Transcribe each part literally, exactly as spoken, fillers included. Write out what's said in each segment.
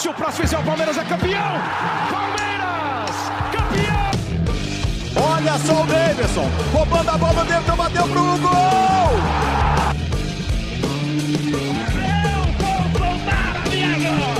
Se o próximo fizer, o Palmeiras é campeão! Palmeiras, campeão! Olha só o Davidson, roubando a bola dentro, bateu pro gol! Eu vou soltar a minha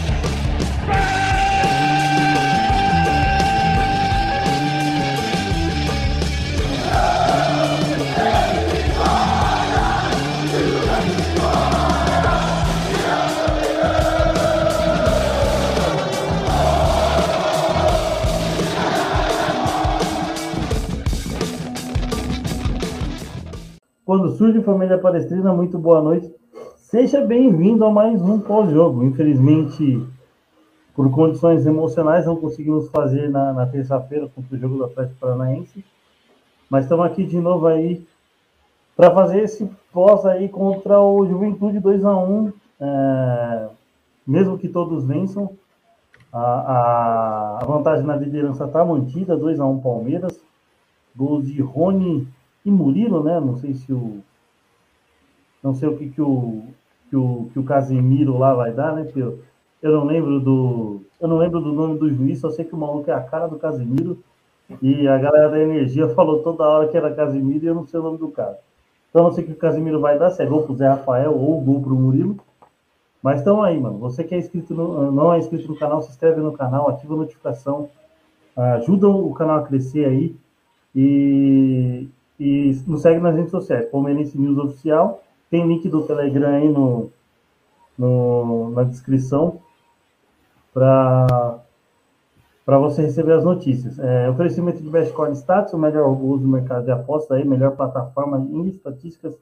Quando surge Família Palestrina, muito boa noite. Seja bem-vindo a mais um pós-jogo. Infelizmente, por condições emocionais, não conseguimos fazer na, na terça-feira contra o jogo do Atlético Paranaense. Mas estamos aqui de novo aí para fazer esse pós aí contra o Juventude dois a um. É, mesmo que todos vençam, a, a, a vantagem na liderança está mantida, dois a um Palmeiras. Gols de Rony e Murilo, né? Não sei se o. Não sei o que, que, o, que, o, que o Casemiro lá vai dar, né? Eu, eu não lembro do. Eu não lembro do nome do juiz, só sei que o maluco é a cara do Casemiro. E a galera da Energia falou toda hora que era Casemiro e eu não sei o nome do cara. Então não sei o que o Casemiro vai dar, se é gol pro Zé Rafael ou gol pro Murilo. Mas estão aí, mano. Você que é inscrito no, não é inscrito no canal, se inscreve no canal, ativa a notificação, ajuda o canal a crescer aí. E, e nos segue nas redes sociais, Palmeirense News Oficial. Tem link do Telegram aí no, no, na descrição para para você receber as notícias. É, oferecimento de Bestcoin Stats, o melhor uso do mercado de apostas, aí, melhor plataforma em estatísticas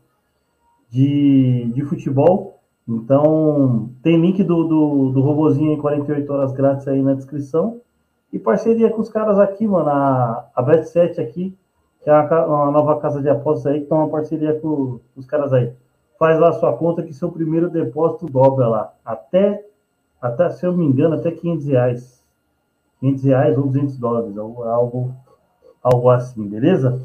de, de futebol. Então, tem link do, do, do robozinho em quarenta e oito horas grátis aí na descrição. E parceria com os caras aqui, mano, a, a Bet sete aqui, que é uma, uma nova casa de apostas aí, que tem uma parceria com os caras aí. Faz lá a sua conta que seu primeiro depósito dobra lá. Até, até, se eu me engano, até quinhentos reais. quinhentos reais ou duzentos dólares, algo, algo assim, beleza?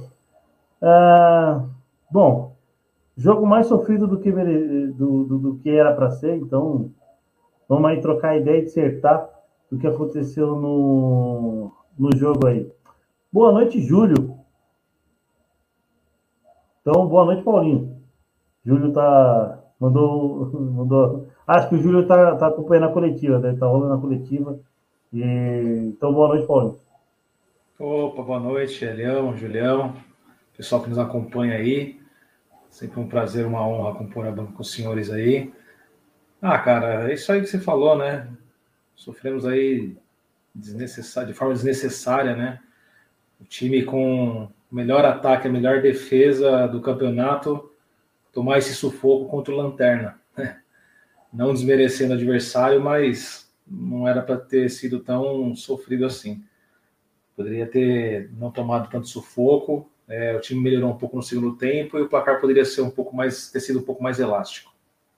Ah, bom, jogo mais sofrido do que, do, do, do que era para ser, então vamos aí trocar ideia e dissertar do que aconteceu no, no jogo aí. Boa noite, Júlio. Então, boa noite, Paulinho. Júlio tá. Mandou. mandou acho que o Júlio tá, tá acompanhando a coletiva, né? Tá rolando a coletiva. E, então, boa noite, Paulinho. Opa, boa noite, Elião, Julião, pessoal que nos acompanha aí. Sempre um prazer, uma honra compor a banca com os senhores aí. Ah, cara, é isso aí que você falou, né? Sofremos aí desnecessário, de forma desnecessária, né? O time com o melhor ataque, a melhor defesa do campeonato, tomar esse sufoco contra o Lanterna, né? Não desmerecendo o adversário, mas não era para ter sido tão sofrido assim. Poderia ter não tomado tanto sufoco, é, o time melhorou um pouco no segundo tempo e o placar poderia ser um pouco mais, ter sido um pouco mais elástico.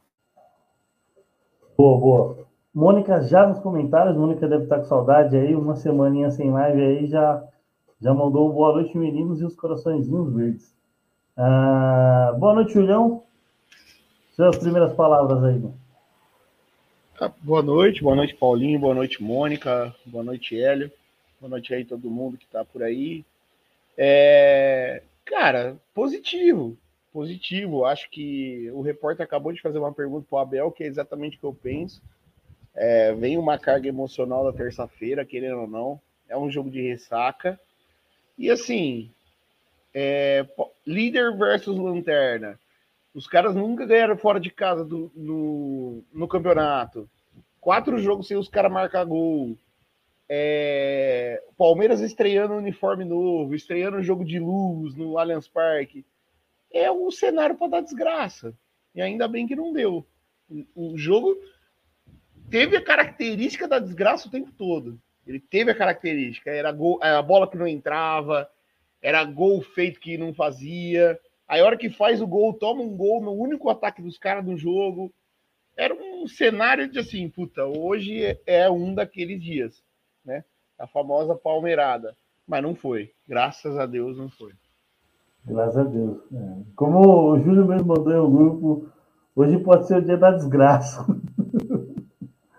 Boa, boa. Mônica já nos comentários, Mônica deve estar com saudade aí, uma semaninha sem live aí, já, já mandou boa noite, meninos, e os coraçõezinhos verdes. Ah, boa noite, Julião. Suas primeiras palavras aí, né? Ah, boa noite, boa noite, Paulinho, boa noite, Mônica, boa noite, Hélio, boa noite aí todo mundo que tá por aí. É, cara, positivo, positivo. Acho que o repórter acabou de fazer uma pergunta pro Abel, que é exatamente o que eu penso. É, vem uma carga emocional da terça-feira, querendo ou não. É um jogo de ressaca. E assim, é, líder versus lanterna. Os caras nunca ganharam fora de casa do, no, no campeonato. Quatro jogos sem os caras marcar gol. É, Palmeiras estreando um uniforme novo, estreando um jogo de luz no Allianz Parque. É um cenário para dar desgraça. E ainda bem que não deu. O jogo teve a característica da desgraça o tempo todo. Ele teve a característica. Era gol, a bola que não entrava, era gol feito que não fazia. Aí a hora que faz o gol, toma um gol no único ataque dos caras do jogo. Era um cenário de assim, puta, hoje é um daqueles dias, né? A famosa palmeirada. Mas não foi. Graças a Deus não foi. Graças a Deus. É. Como o Júlio mesmo mandou em um grupo, hoje pode ser o dia da desgraça.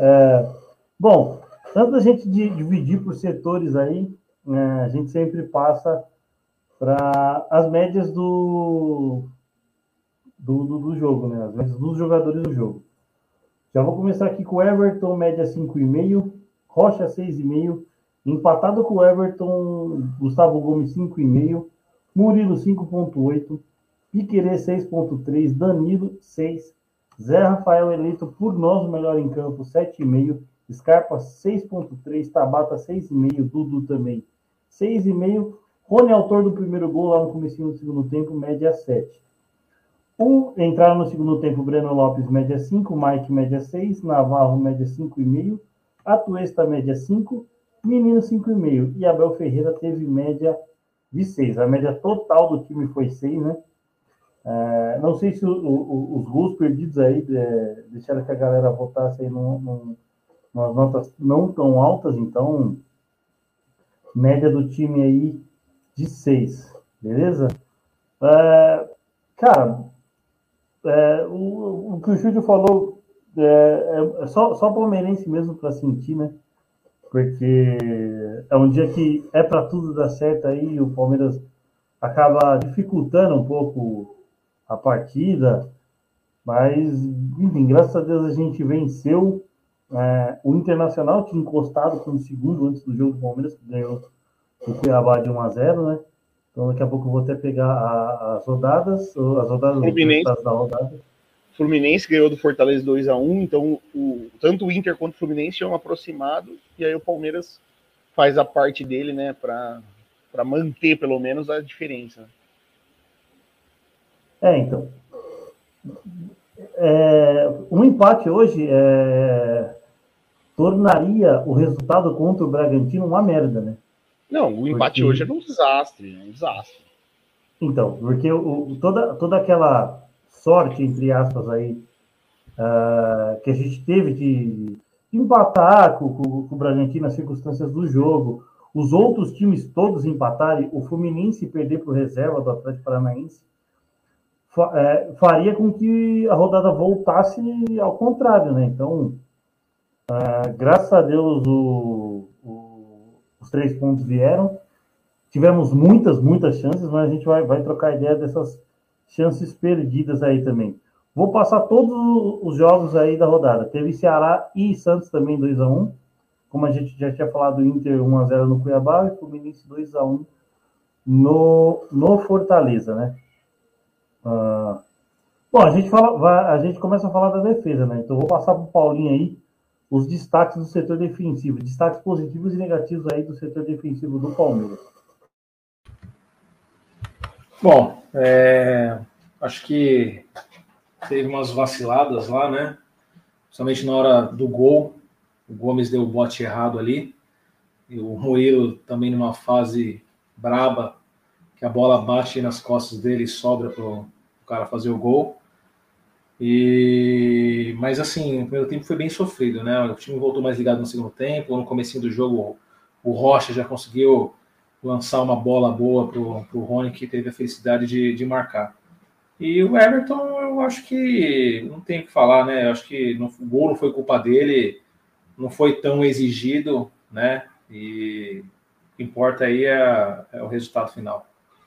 É, bom, antes da gente de, dividir por setores aí, né, a gente sempre passa para as médias do, do, do, do jogo, né? As médias dos jogadores do jogo. Já vou começar aqui com o Everton, média cinco vírgula cinco, Rocha seis vírgula cinco, empatado com o Everton, Gustavo Gomes cinco vírgula cinco, Murilo cinco vírgula oito, Piquerez seis vírgula três, Danilo seis, Zé Rafael eleito por nós o melhor em campo sete vírgula cinco, Scarpa seis vírgula três, Tabata seis vírgula cinco, Dudu também seis vírgula cinco, Rony, autor do primeiro gol lá no comecinho do segundo tempo, média sete. Um, entraram no segundo tempo, Breno Lopes, média cinco, Mike, média seis, Navarro, média cinco vírgula cinco, Atuesta, média cinco, Menino cinco vírgula cinco, e Abel Ferreira teve média de seis. A média total do time foi seis, né? É, não sei se o, o, os gols perdidos aí é, deixaram que a galera votasse aí num, num, umas notas não tão altas, então média do time aí de seis, beleza? É, cara, é, o, o que o Júlio falou é, é só, só palmeirense mesmo para sentir, né? Porque é um dia que é para tudo dar certo aí, o Palmeiras acaba dificultando um pouco a partida, mas, enfim, graças a Deus a gente venceu. É, o Internacional tinha encostado com o segundo antes do jogo do Palmeiras, que ganhou o Cuiabá de um a zero, né? Então daqui a pouco eu vou até pegar a, as rodadas, as rodadas Fluminense, da rodada. Fluminense ganhou do Fortaleza dois a um, então o, tanto o Inter quanto o Fluminense tinham aproximado, e aí o Palmeiras faz a parte dele, né, para manter pelo menos a diferença. É, então. É, um empate hoje é, tornaria o resultado contra o Bragantino uma merda, né? Não, o empate porque... hoje é um desastre, é um desastre. Então, porque o, toda, toda aquela sorte, entre aspas, aí, uh, que a gente teve de, de empatar com, com, com o Bragantino nas circunstâncias do jogo, os outros times todos empatarem, o Fluminense perder para o reserva do Atlético Paranaense, fa, é, faria com que a rodada voltasse ao contrário, né? Então, uh, graças a Deus, o, o, os três pontos vieram. Tivemos muitas, muitas chances, mas a gente vai, vai trocar ideia dessas chances perdidas aí também. Vou passar todos os jogos aí da rodada. Teve Ceará e Santos também dois a um. Como a gente já tinha falado, Inter um a zero no Cuiabá e Fluminense dois a um no, no Fortaleza, né? Uh, bom, a gente, fala, vai, a gente começa a falar da defesa, né? Então vou passar para o Paulinho aí os destaques do setor defensivo. Destaques positivos e negativos aí do setor defensivo do Palmeiras. Bom, é, acho que teve umas vaciladas lá, né? Principalmente na hora do gol. O Gomes deu o bote errado ali. E o Murilo também numa fase braba, que a bola bate nas costas dele e sobra para o cara fazer o gol. E... Mas assim, o primeiro tempo foi bem sofrido, né? O time voltou mais ligado no segundo tempo. No comecinho do jogo, o Rocha já conseguiu lançar uma bola boa para o Rony, que teve a felicidade de, de marcar. E o Everton, eu acho que não tem o que falar, né? Eu acho que não, o gol não foi culpa dele, não foi tão exigido, né? E o que importa aí é, é o resultado final.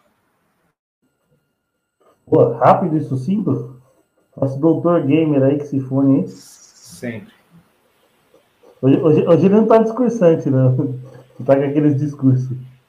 Pô, rápido e sucinto? Nosso doutor gamer aí que se fone, hein? Sempre. Hoje, hoje, hoje ele não tá discursante, não. Não tá com aqueles discursos.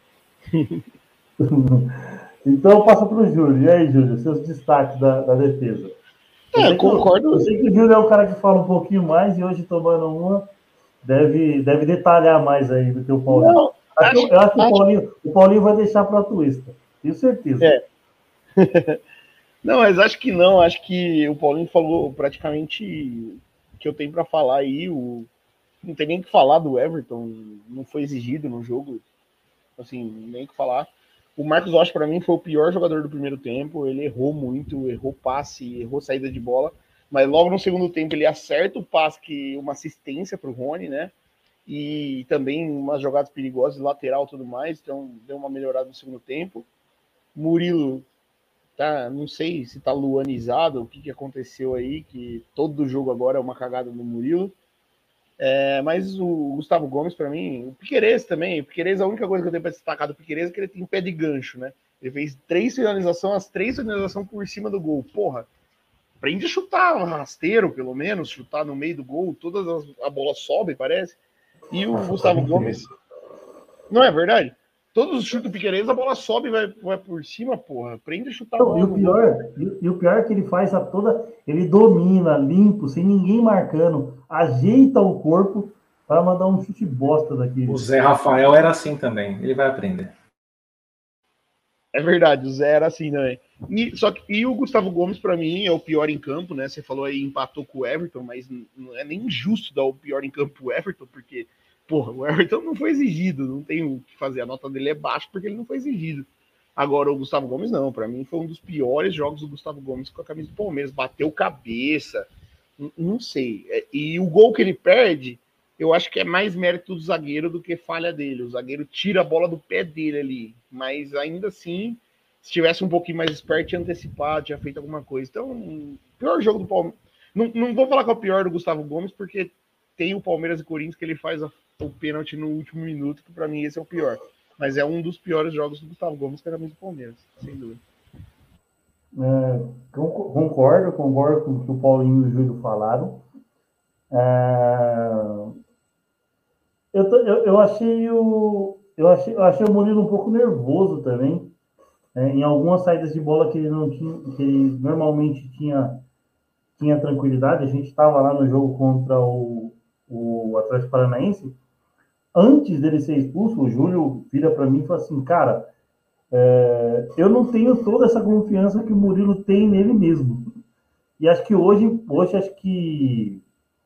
Então passa para o Júlio. E aí, Júlio, seus destaques da, da defesa? É, eu concordo. Eu, eu sei que o Júlio é o cara que fala um pouquinho mais e hoje, tomando uma, deve, deve detalhar mais aí do que o Paulinho. Não, acho, acho, eu acho que acho... O, Paulinho, o Paulinho vai deixar para a Twista. Tenho certeza. É. Não, mas acho que não. Acho que o Paulinho falou praticamente o que eu tenho para falar aí. O... Não tem nem o que falar do Everton. Não foi exigido no jogo. Assim, nem o que falar. O Marcos Rocha, para mim, foi o pior jogador do primeiro tempo. Ele errou muito, errou passe, errou saída de bola. Mas logo no segundo tempo ele acerta o passe, que uma assistência para o Rony, né? E também umas jogadas perigosas, lateral e tudo mais. Então deu uma melhorada no segundo tempo. Murilo, tá, não sei se tá luanizado, o que, que aconteceu aí, que todo jogo agora é uma cagada no Murilo. É, mas o Gustavo Gomes, para mim, o Piquerez também, o Piquerez, a única coisa que eu tenho para destacar do Piquerez é que ele tem pé de gancho, né? Ele fez três finalizações, as três finalizações por cima do gol. Porra, aprende a chutar um rasteiro, pelo menos, chutar no meio do gol, todas as, a bola sobe, parece. E o Gustavo Gomes, não é verdade? Todos os chutes do Piquerez, a bola sobe e vai, vai por cima, porra. Aprende a chutar Não, e o pior, e, e o pior é que ele faz a toda. Ele domina, limpo, sem ninguém marcando, ajeita o corpo para mandar um chute bosta daqui. O Zé Rafael era assim também, ele vai aprender. É verdade, o Zé era assim também. E, só que, e o Gustavo Gomes, para mim, é o pior em campo, né? Você falou aí, empatou com o Everton, mas não é nem justo dar o pior em campo pro Everton, porque, porra, o Everton não foi exigido, não tem o que fazer. A nota dele é baixa porque ele não foi exigido. Agora, o Gustavo Gomes, não. Para mim, foi um dos piores jogos do Gustavo Gomes com a camisa do Palmeiras. Bateu cabeça, não sei. E o gol que ele perde, eu acho que é mais mérito do zagueiro do que falha dele. O zagueiro tira a bola do pé dele ali. Mas ainda assim, se tivesse um pouquinho mais esperto, tinha antecipado, tinha feito alguma coisa. Então, pior jogo do Palmeiras. Não, não vou falar que é o pior do Gustavo Gomes, porque tem o Palmeiras e Corinthians que ele faz a, o pênalti no último minuto, que para mim esse é o pior. Mas é um dos piores jogos do Gustavo Gomes, que é a camisa do Palmeiras, sem dúvida. É, concordo, concordo com o que o Paulinho e o Júlio falaram. É, eu, eu, eu achei o eu achei, eu achei o Murilo um pouco nervoso também. É, em algumas saídas de bola que ele não tinha, que ele normalmente tinha, tinha tranquilidade. A gente estava lá no jogo contra o, o Atlético Paranaense. Antes dele ser expulso, o Júlio vira para mim e fala assim, cara, é, eu não tenho toda essa confiança que o Murilo tem nele mesmo. E acho que hoje, hoje acho que,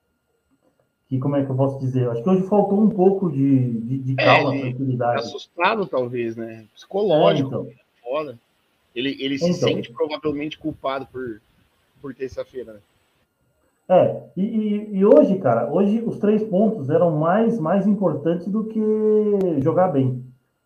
que como é que eu posso dizer? Acho que hoje faltou um pouco de, de, de calma, é, tranquilidade. Assustado, talvez, né? Psicológico, é, então. foda. Ele, ele se então. sente provavelmente culpado por, por terça-feira, né? É, e, e, e hoje, cara, hoje os três pontos eram mais, mais importantes do que jogar bem.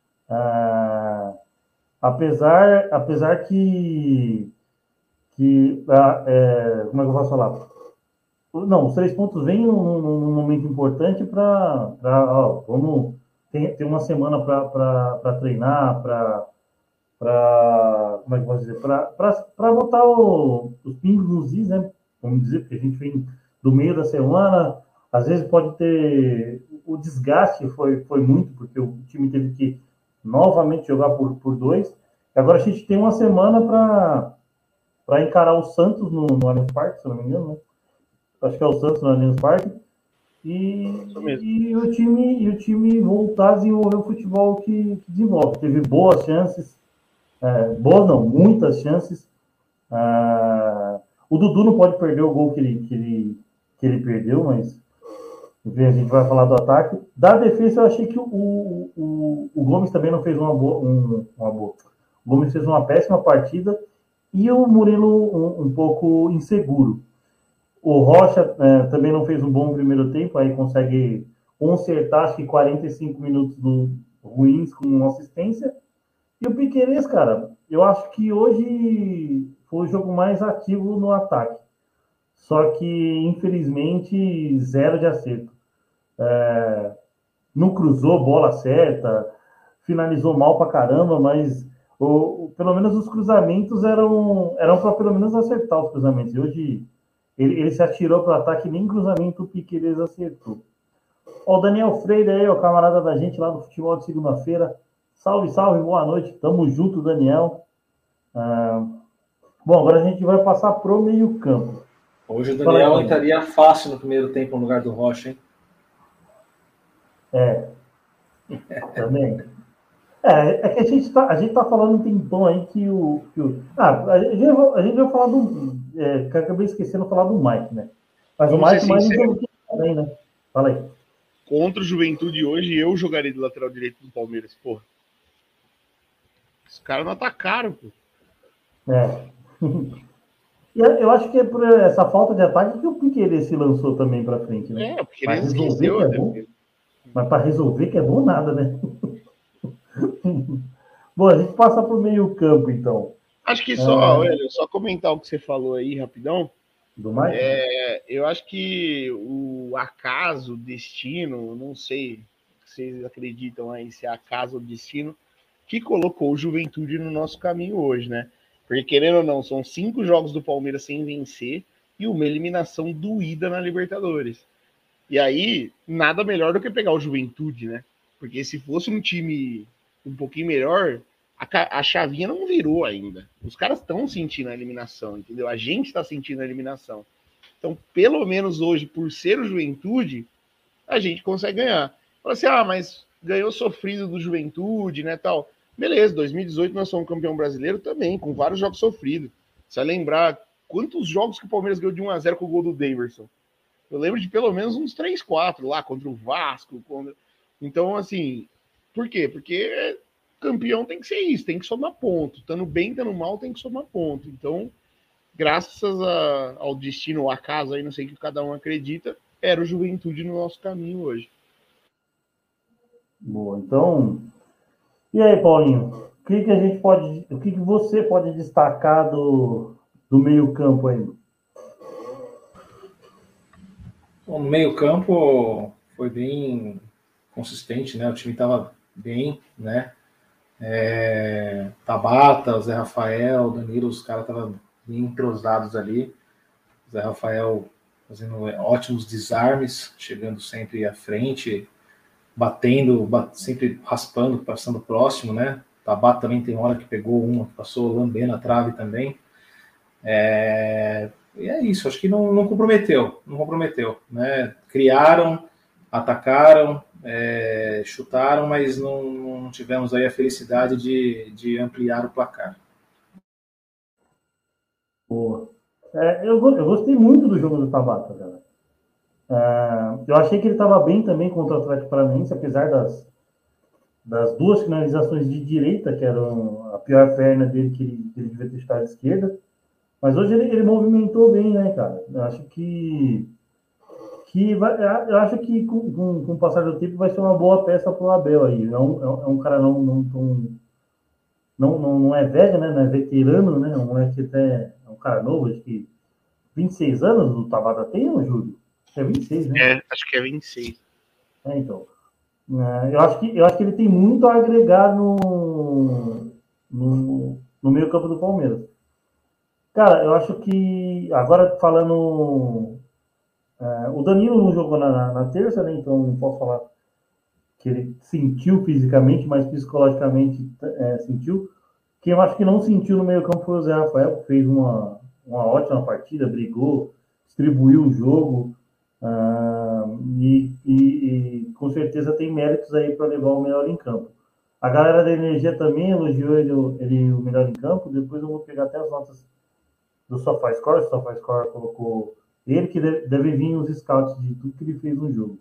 Ah, apesar, apesar que, que ah, é, como é que eu posso falar? Não, os três pontos vêm num, num momento importante para, vamos ter, ter uma semana para treinar, para como é que eu posso dizer, para botar o, os pingos nos is, né? Vamos dizer, porque a gente vem do meio da semana, às vezes pode ter, o desgaste foi, foi muito, porque o time teve que novamente jogar por, por dois, agora a gente tem uma semana para encarar o Santos no, no Allianz Parque, se não me engano, né? Acho que é o Santos no Allianz Parque, e, e, o time, e o time voltar a desenvolver o futebol que, que desenvolve. Teve boas chances, é, boas não, muitas chances. Ah, o Dudu não pode perder o gol que ele, que ele, que ele perdeu, mas enfim, a gente vai falar do ataque. Da defesa, eu achei que o, o, o Gomes também não fez uma boa, um, uma boa. O Gomes fez uma péssima partida e o Murilo um, um pouco inseguro. O Rocha é, também não fez um bom primeiro tempo, aí consegue consertar, acho que quarenta e cinco minutos do, ruins com uma assistência. E o Piquerez, cara, eu acho que hoje foi o jogo mais ativo no ataque. Só que, infelizmente, zero de acerto. É, não cruzou bola certa, finalizou mal pra caramba, mas o, pelo menos os cruzamentos eram, eram para pelo menos acertar os cruzamentos. E hoje ele, ele se atirou para o ataque, nem cruzamento o Piquerez acertou. Ó, o Daniel Freire aí, o camarada da gente lá do futebol de segunda-feira. Salve, salve, boa noite. Tamo junto, Daniel. Ah, bom, agora a gente vai passar pro meio-campo. Hoje o Daniel aí, entraria fácil no primeiro tempo no lugar do Rocha, hein? É. Também. É, é que a gente tá, a gente tá falando um tempão aí que o. Que o ah, a gente, a gente vai falar do. É, que eu acabei esquecendo de falar do Mike, né? Mas Vamos o Mike mais um também, né? Fala aí. Contra o Juventude hoje, eu jogaria de lateral direito do Palmeiras, porra. Os caras não atacaram, pô. É. Eu acho que é por essa falta de ataque que o Piquerez se lançou também para frente, né? É, o Piquerez esqueceu, que é bom, mas para resolver que é bom nada, né? Bom, a gente passa para o meio campo, então. Acho que só, é... Hélio, só comentar o que você falou aí, rapidão. Do Mike? É, eu acho que o acaso, o destino, não sei se vocês acreditam aí se é acaso ou destino, que colocou o Juventude no nosso caminho hoje, né? Porque, querendo ou não, são cinco jogos do Palmeiras sem vencer e uma eliminação doída na Libertadores. E aí, nada melhor do que pegar o Juventude, né? Porque se fosse um time um pouquinho melhor, a, a chavinha não virou ainda. Os caras estão sentindo a eliminação, entendeu? A gente está sentindo a eliminação. Então, pelo menos hoje, por ser o Juventude, a gente consegue ganhar. Fala assim, ah, mas ganhou sofrido do Juventude, né, tal. Beleza, dois mil e dezoito nós somos campeão brasileiro também, com vários jogos sofridos. Você vai lembrar quantos jogos que o Palmeiras ganhou de um a zero com o gol do Daverson. Eu lembro de pelo menos uns três, quatro lá, contra o Vasco. Contra... Então, assim, por quê? Porque campeão tem que ser isso, tem que somar ponto. Estando bem, estando mal, tem que somar ponto. Então, graças a, ao destino, ao acaso, aí não sei o que cada um acredita, era o Juventude no nosso caminho hoje. Boa, então... E aí, Paulinho, o que, que a gente pode... O que, que você pode destacar do, do meio-campo aí? Bom, no meio-campo foi bem consistente, né? O time estava bem, né? É, Tabata, o Zé Rafael, o Danilo, os caras estavam bem entrosados ali. O Zé Rafael fazendo ótimos desarmes, chegando sempre à frente, batendo, bat, sempre raspando, passando próximo, né? Tabata também tem hora que pegou uma, passou lambendo a trave também. É, e é isso, acho que não, não comprometeu, não comprometeu, né? Criaram, atacaram, é, chutaram, mas não, não tivemos aí a felicidade de, de ampliar o placar. Boa. É, eu, eu gostei muito do jogo do Tabata, cara. É, eu achei que ele estava bem também contra o Atlético Paranaense, apesar das, das duas finalizações de direita, que eram a pior perna dele, que ele, que ele devia ter estado à esquerda. Mas hoje ele, ele movimentou bem, né, cara? Eu acho que, que vai, eu acho que com, com, com o passar do tempo vai ser uma boa peça pro Abel aí. É um, é um cara não, não, tão, não, não, não é velho, né? Não é veterano, né? Um moleque até é um cara novo, acho que vinte e seis anos o Tabata tem, ou Júlio? É vinte e seis, né? É, acho que é vinte e seis. É, então. É, eu, acho que, eu acho que ele tem muito a agregar no, no, no meio campo do Palmeiras. Cara, eu acho que, agora falando, é, o Danilo não jogou na, na, na terça, né, então não posso falar que ele sentiu fisicamente, mas psicologicamente é, sentiu. Quem eu acho que não sentiu no meio campo foi o Zé Rafael, que fez uma, uma ótima partida, brigou, distribuiu o jogo, uh, e, e, e com certeza tem méritos aí para levar o melhor em campo. A galera da Energia também elogiou ele, ele o melhor em campo, depois eu vou pegar até as notas do SofaScore, o SofaScore colocou ele, que deve vir os scouts de tudo que ele fez no jogo.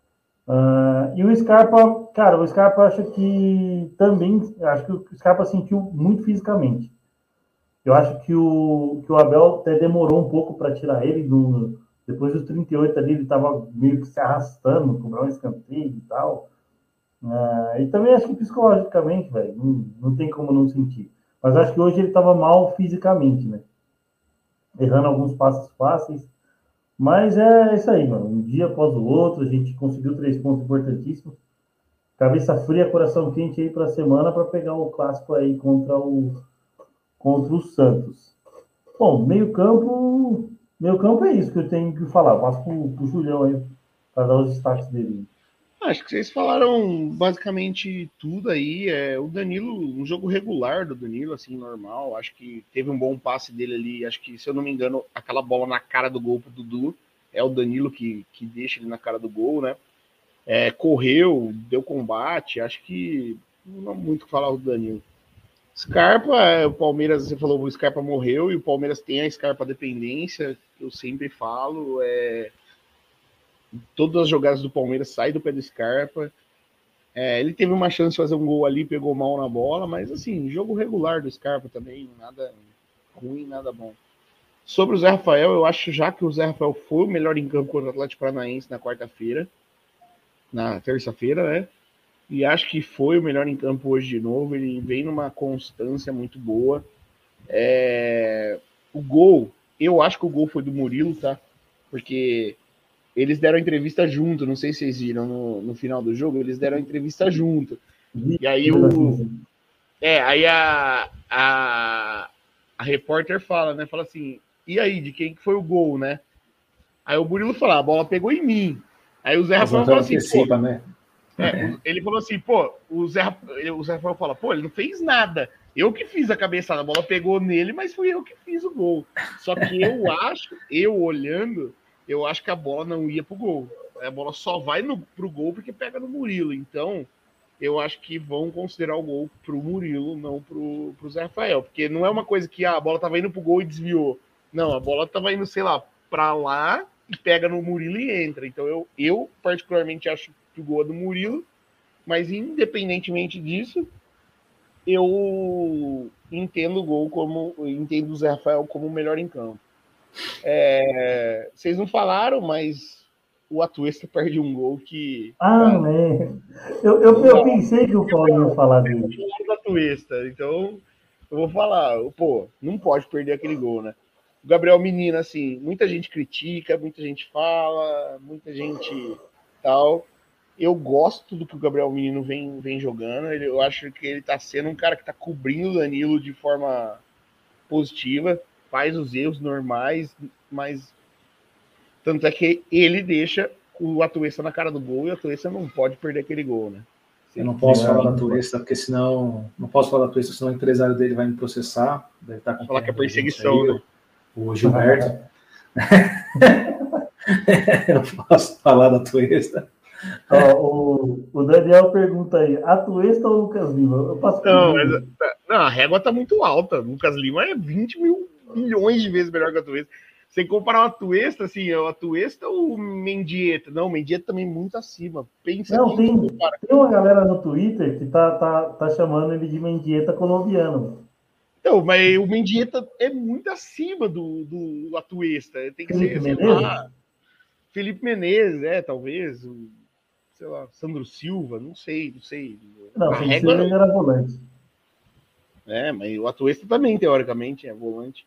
Uh, e o Scarpa, cara, o Scarpa acho que também, acho que o Scarpa sentiu muito fisicamente. Eu acho que o, que o Abel até demorou um pouco para tirar ele, do, depois dos trinta e oito ali, ele estava meio que se arrastando, cobrar um escanteio e tal. Uh, e também acho que psicologicamente, velho, não, não tem como não sentir. Mas acho que hoje ele estava mal fisicamente, né? Errando alguns passos fáceis, mas é isso aí, mano. Um dia após o outro, a gente conseguiu três pontos importantíssimos. Cabeça fria, coração quente aí para a semana para pegar o clássico aí contra o contra o Santos. Bom, meio campo, meio campo é isso que eu tenho que falar. Passo pro, pro Julião aí para dar os destaques dele. Acho que vocês falaram basicamente tudo aí. É, o Danilo, um jogo regular do Danilo, assim, normal. Acho que teve um bom passe dele ali. Acho que, se eu não me engano, aquela bola na cara do gol pro Dudu é o Danilo que, que deixa ele na cara do gol, né? É, correu, deu combate. Acho que não há muito o que falar do Danilo. Scarpa, o Palmeiras, você falou, o Scarpa morreu e o Palmeiras tem a Scarpa dependência, que eu sempre falo, é... todas as jogadas do Palmeiras saem do pé do Scarpa. É, ele teve uma chance de fazer um gol ali, pegou mal na bola, mas assim, jogo regular do Scarpa também, nada ruim, nada bom. Sobre o Zé Rafael, eu acho já que o Zé Rafael foi o melhor em campo contra o Atlético Paranaense na quarta-feira, na terça-feira, né? E acho que foi o melhor em campo hoje de novo. Ele vem numa constância muito boa. É... O gol, eu acho que o gol foi do Murilo, tá? porque eles deram entrevista junto, não sei se vocês viram no, no final do jogo, eles deram entrevista junto. E aí o... É, aí a, a, a repórter fala, né? Fala assim, e aí, de quem que foi o gol, né? Aí o Murilo fala, a bola pegou em mim. Aí o Zé Rafael fala assim, pô, né? É, ele falou assim, pô, o Zé, o Zé Rafael fala, pô, ele não fez nada. Eu que fiz a cabeçada, a bola pegou nele, mas fui eu que fiz o gol. Só que eu acho, eu olhando, eu acho que a bola não ia pro gol. A bola só vai no, pro gol porque pega no Murilo. Então, eu acho que vão considerar o gol pro Murilo, não pro, pro Zé Rafael. Porque não é uma coisa que ah, a bola tava indo pro gol e desviou. Não, a bola tava indo, sei lá, pra lá e pega no Murilo e entra. Então, eu, eu particularmente acho que o gol é do Murilo, mas independentemente disso, eu entendo o gol como, entendo o Zé Rafael como o melhor em campo. É, vocês não falaram, mas o Atuesta perde um gol que... Ah, cara, é. Eu, eu, eu pensei que o Paulo ia falar dele. O Atuesta, então eu vou falar, pô, não pode perder aquele gol, né? O Gabriel Menino, assim, muita gente critica, muita gente fala, muita gente tal. Eu gosto do que o Gabriel Menino vem, vem jogando. Ele, eu acho que ele tá sendo um cara que tá cobrindo o Danilo de forma positiva, faz os erros normais, mas tanto é que ele deixa o Atuesta na cara do gol e o Atuesta não pode perder aquele gol, né? Eu não posso falar da Atuesta, porque senão não posso falar da Atuesta, senão o empresário dele vai me processar, deve estar com falar que é perseguição, aí, né? O Gilberto. Eu não posso falar da Atuesta. Ó, o, o Daniel pergunta aí, Atuesta ou Lucas Lima? Eu passo não, mas, não, a régua tá muito alta. Lucas Lima é vinte mil milhões de vezes melhor que o Atuesta. Sem comparar o Atuesta, assim, o Atuesta ou o Mendieta? Não, o Mendieta também muito acima. Pensa não, tem, tem uma galera no Twitter que tá, tá, tá chamando ele de Mendieta colombiano. Então, mas o Mendieta é muito acima do, do Atuesta. Tem que Felipe ser, Menezes? sei lá, Felipe Menezes, é, talvez, o, sei lá, Sandro Silva, não sei, não sei. Não, a régua ele era volante. É, mas o Atuesta também, teoricamente, é volante.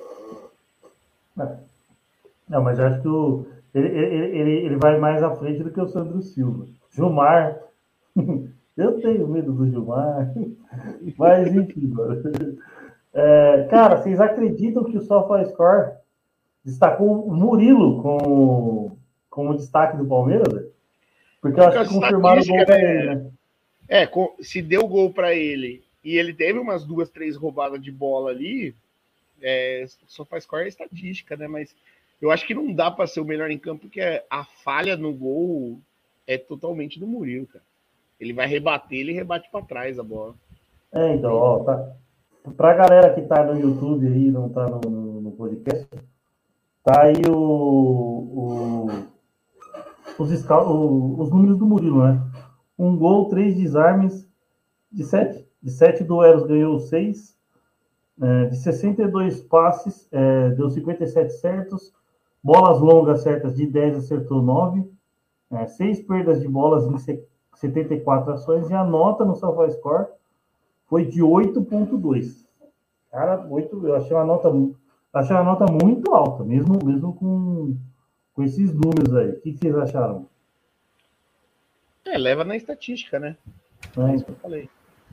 Não, mas eu acho que o, ele, ele, ele, ele vai mais à frente do que o Sandro Silva. Gilmar. Eu tenho medo do Gilmar. Mas, enfim, mano. É, cara, vocês acreditam que o SofaScore destacou o Murilo como, como destaque do Palmeiras? Véio? Porque eu acho que confirmaram o gol pra ele, né? É, se deu gol pra ele e ele teve umas duas, três roubadas de bola ali, é, SofaScore é estatística, né? Mas eu acho que não dá para ser o melhor em campo, porque a falha no gol é totalmente do Murilo, cara. Ele vai rebater, ele rebate para trás a bola. É, então, ó, tá. Pra galera que tá no YouTube aí, não tá no, no, no podcast, tá aí o, o, os, o, os números do Murilo, né? Um gol, três desarmes, de sete, de sete duelos ganhou seis, é, de sessenta e dois passes, é, deu cinquenta e sete certos, bolas longas certas de dez acertou nove, é, seis perdas de bolas em setenta e quatro ações, e a nota no SofaScore foi de oito ponto dois. Cara, oito, eu achei uma nota, achei uma nota muito alta, mesmo, mesmo com, com esses números aí. O que vocês acharam? É, leva na estatística, né? É, é isso que eu falei.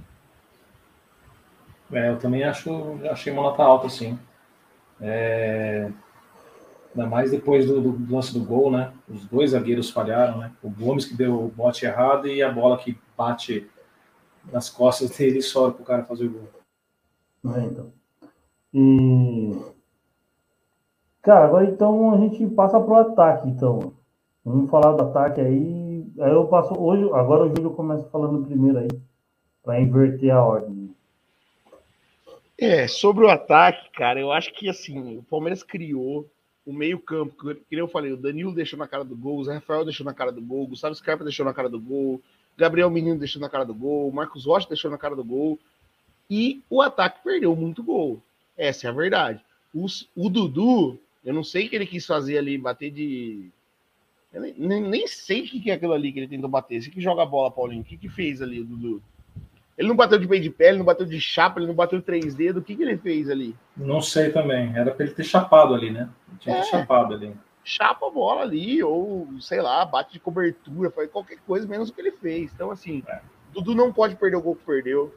É, eu também acho, achei uma nota alta, sim. É... Ainda mais depois do, do, do lance do gol, né? Os dois zagueiros falharam, né? O Gomes que deu o bote errado e a bola que bate nas costas dele e sobra pro cara fazer o gol. É, então. E... Cara, agora então a gente passa pro ataque, então. Vamos falar do ataque aí. Aí eu passo hoje, agora o Júlio começa falando primeiro aí, para inverter a ordem. É, sobre o ataque, cara, eu acho que assim, o Palmeiras criou o meio-campo, que eu falei, o Danilo deixou na cara do gol, o Zé Rafael deixou na cara do gol, o Gustavo Scarpa deixou na cara do gol, Gabriel Menino deixou na cara do gol, o Marcos Rocha deixou na cara do gol, e o ataque perdeu muito gol. Essa é a verdade. O, o Dudu, eu não sei o que ele quis fazer ali, bater de... Eu nem, nem sei o que é aquilo ali que ele tentou bater. Esse que joga a bola, Paulinho, o que que fez ali, o Dudu? Ele não bateu de peito de pé, ele não bateu de chapa, ele não bateu de três dedos. O que que ele fez ali? Não sei também. Era pra ele ter chapado ali, né? Ele tinha é. que ter chapado ali. chapa a bola ali, ou, sei lá, bate de cobertura, faz qualquer coisa menos o que ele fez. Então, assim, é. Dudu não pode perder o gol que perdeu.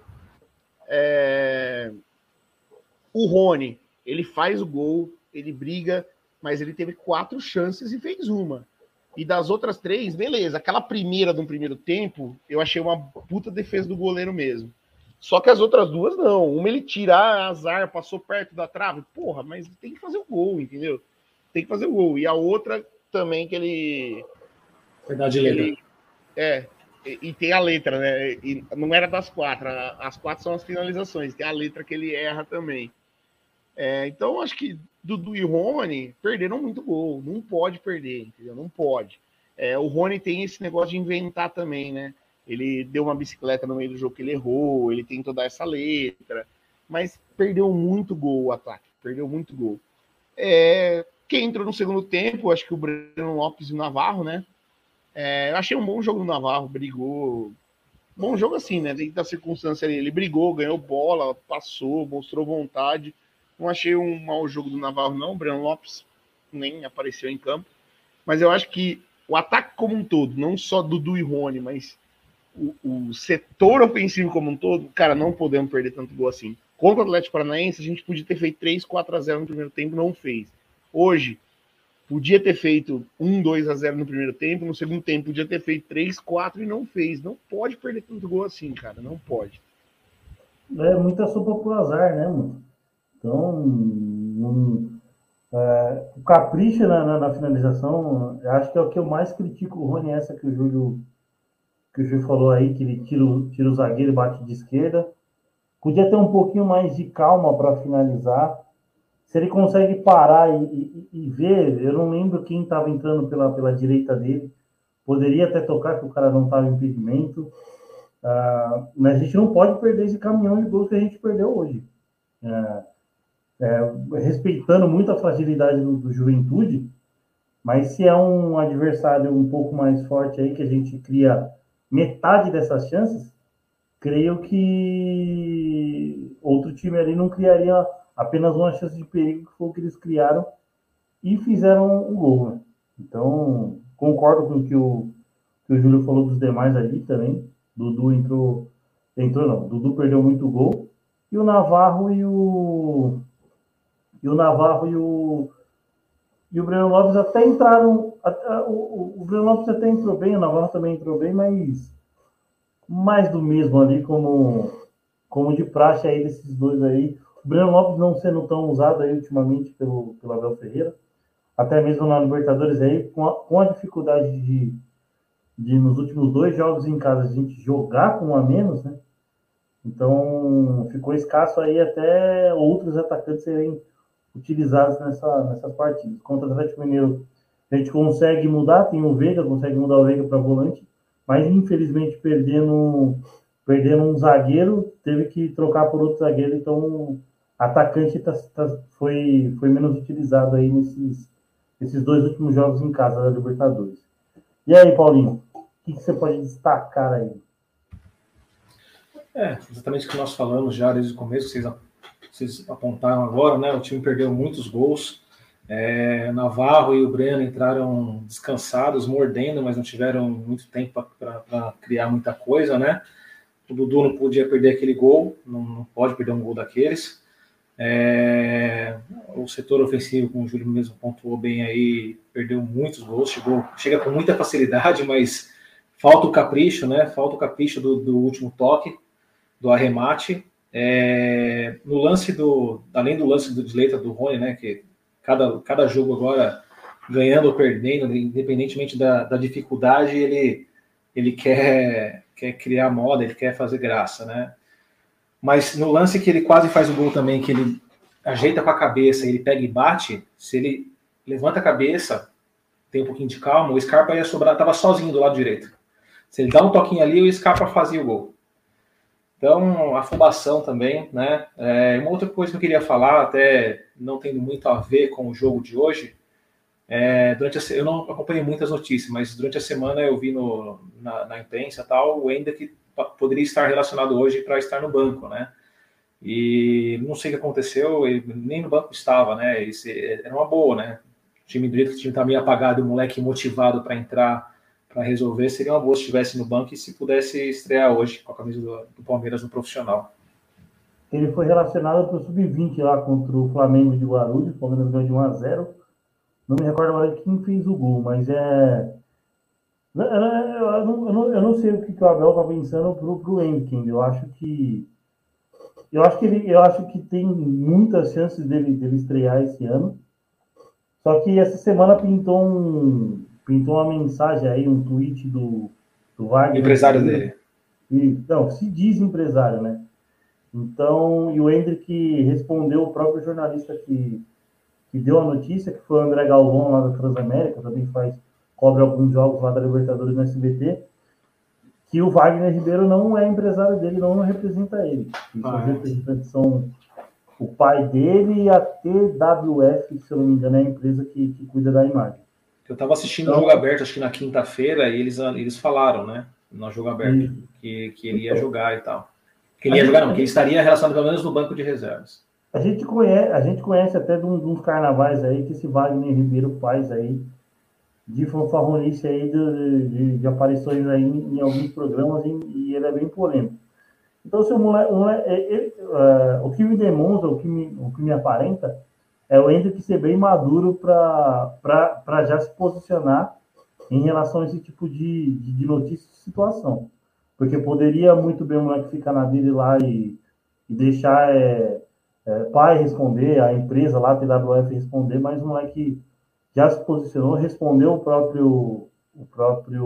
É... O Rony, ele faz o gol, ele briga, mas ele teve quatro chances e fez uma. E das outras três, beleza. Aquela primeira do primeiro tempo, eu achei uma puta defesa do goleiro mesmo. Só que as outras duas não. Uma ele tira, ah, azar, passou perto da trave. Porra, mas tem que fazer o gol, entendeu? Tem que fazer o gol. E a outra também que ele... Verdade, letra. Ele, é, e, e tem a letra, né? E não era das quatro. As quatro são as finalizações. Tem a letra que ele erra também. É, então, acho que Dudu e Rony perderam muito gol. Não pode perder, entendeu? Não pode. É, o Rony tem esse negócio de inventar também, né? Ele deu uma bicicleta no meio do jogo que ele errou, ele tentou dar essa letra, mas perdeu muito gol o ataque, perdeu muito gol. É, quem entrou no segundo tempo, acho que o Breno Lopes e o Navarro, né? É, eu achei um bom jogo do Navarro, brigou. Bom jogo assim, né? Dentro da circunstância ali, ele brigou, ganhou bola, passou, mostrou vontade. Não achei um mau jogo do Navarro, não. O Breno Lopes nem apareceu em campo. Mas eu acho que o ataque como um todo, não só Dudu e Rony, mas o, o setor ofensivo como um todo, cara, não podemos perder tanto gol assim. Contra o Atlético Paranaense, a gente podia ter feito três, quatro a zero no primeiro tempo, não fez. Hoje, podia ter feito um, dois a zero no primeiro tempo, no segundo tempo podia ter feito três, quatro e não fez. Não pode perder tanto gol assim, cara, não pode. É muita sopa pro azar, né, mano? Então, um, é, o capricho na, na, na finalização, eu acho que é o que eu mais critico o Rony, essa que o Júlio, que o Júlio falou aí, que ele tira, tira o zagueiro e bate de esquerda. Podia ter um pouquinho mais de calma para finalizar. Se ele consegue parar e, e, e ver, eu não lembro quem estava entrando pela, pela direita dele, poderia até tocar que o cara não estava em impedimento, uh, mas a gente não pode perder esse caminhão de gols que a gente perdeu hoje. Uh, É, respeitando muito a fragilidade do, do Juventude, mas se é um adversário um pouco mais forte aí, que a gente cria metade dessas chances, creio que outro time ali não criaria apenas uma chance de perigo, que foi o que eles criaram e fizeram o gol, né? Então, concordo com o que o, que o Júlio falou dos demais ali também. Dudu entrou, entrou não, Dudu perdeu muito gol, e o Navarro e o E o Navarro e o, e o Breno Lopes até entraram. A, a, o, o Breno Lopes até entrou bem, o Navarro também entrou bem, mas mais do mesmo ali, como, como de praxe aí desses dois aí. O Breno Lopes não sendo tão usado aí ultimamente pelo, pelo Abel Ferreira, até mesmo na Libertadores aí, com a, com a dificuldade de, de, nos últimos dois jogos em casa, a gente jogar com um a menos, né? Então ficou escasso aí até outros atacantes serem utilizados nessa, nessas partidas. Contra o Atlético Mineiro, a gente consegue mudar, tem o Veiga, consegue mudar o Veiga para volante, mas infelizmente perdendo, perdendo um zagueiro, teve que trocar por outro zagueiro, então o atacante tá, tá, foi, foi menos utilizado aí nesses, nesses dois últimos jogos em casa da Libertadores. E aí, Paulinho, o que, que você pode destacar aí? É, exatamente o que nós falamos já desde o começo, vocês vocês apontaram agora, né? O time perdeu muitos gols. É, Navarro e o Breno entraram descansados, mordendo, mas não tiveram muito tempo para criar muita coisa, né? O Dudu não podia perder aquele gol, não, não pode perder um gol daqueles. É, o setor ofensivo, como o Júlio mesmo pontuou bem aí, perdeu muitos gols, chegou, chega com muita facilidade, mas falta o capricho, né? Falta o capricho do, do último toque, do arremate. É, no lance do, além do lance do, de letra do Rony, né, que cada, cada jogo agora, ganhando ou perdendo, independentemente da, da dificuldade, ele, ele quer, quer criar moda, ele quer fazer graça, né? Mas no lance que ele quase faz o gol também, que ele ajeita com a cabeça, ele pega e bate, se ele levanta a cabeça, tem um pouquinho de calma, o Scarpa ia sobrar, estava sozinho do lado direito. Se ele dá um toquinho ali, o Scarpa fazia o gol. Então, afobação também, né? É, uma outra coisa que eu queria falar, até não tendo muito a ver com o jogo de hoje, é, durante a, eu não acompanhei muitas notícias, mas durante a semana eu vi no, na, na imprensa tal, o Ender que poderia estar relacionado hoje para estar no banco, né? E não sei o que aconteceu, ele nem no banco estava, né? Esse, era uma boa, né? time do jeito que o time está meio apagado, o moleque motivado para entrar, para resolver, seria uma boa se estivesse no banco e se pudesse estrear hoje com a camisa do, do Palmeiras no profissional. Ele foi relacionado para o sub vinte lá contra o Flamengo de Guarulhos, o Palmeiras ganhou de um a zero. Não me recordo agora quem fez o gol, mas é... Eu não, eu não, eu não sei o que, que o Abel está pensando pro, pro Henrique. Eu acho que eu acho que ele, eu acho que tem muitas chances dele, dele estrear esse ano. Só que essa semana pintou um pintou uma mensagem aí, um tweet do, do Wagner. Empresário dele. E, não, se diz empresário, né? Então, e o Hendrick respondeu o próprio jornalista que, que deu a notícia, que foi o André Galvão lá da Transamérica, também faz, cobre alguns jogos lá da Libertadores no S B T, que o Wagner Ribeiro não é empresário dele, não representa ele. Os ah, representantes são o pai dele e a T W F, que se eu não me engano é a empresa que, que cuida da imagem. Eu estava assistindo o então, jogo aberto, acho que na quinta-feira, e eles, eles falaram, né, no jogo aberto, que, que ele ia jogar e tal. Que ele ia jogar, não, que ele estaria relacionado pelo menos no banco de reservas. A gente conhece, a gente conhece até de, um, de uns carnavais aí que esse Wagner Ribeiro faz aí, de fanfarronice aí, de, de, de aparições aí em, em alguns programas, e, e ele é bem polêmico. Então, se o moleque, o, moleque, ele, uh, o que me demonstra, o que me, o que me aparenta, é o Hendrick ser bem maduro para já se posicionar em relação a esse tipo de, de, de notícia de situação. Porque poderia muito bem o moleque ficar na dele lá e, e deixar é, é, pai responder, a empresa lá, a T W F responder, mas o moleque já se posicionou, respondeu o próprio o próprio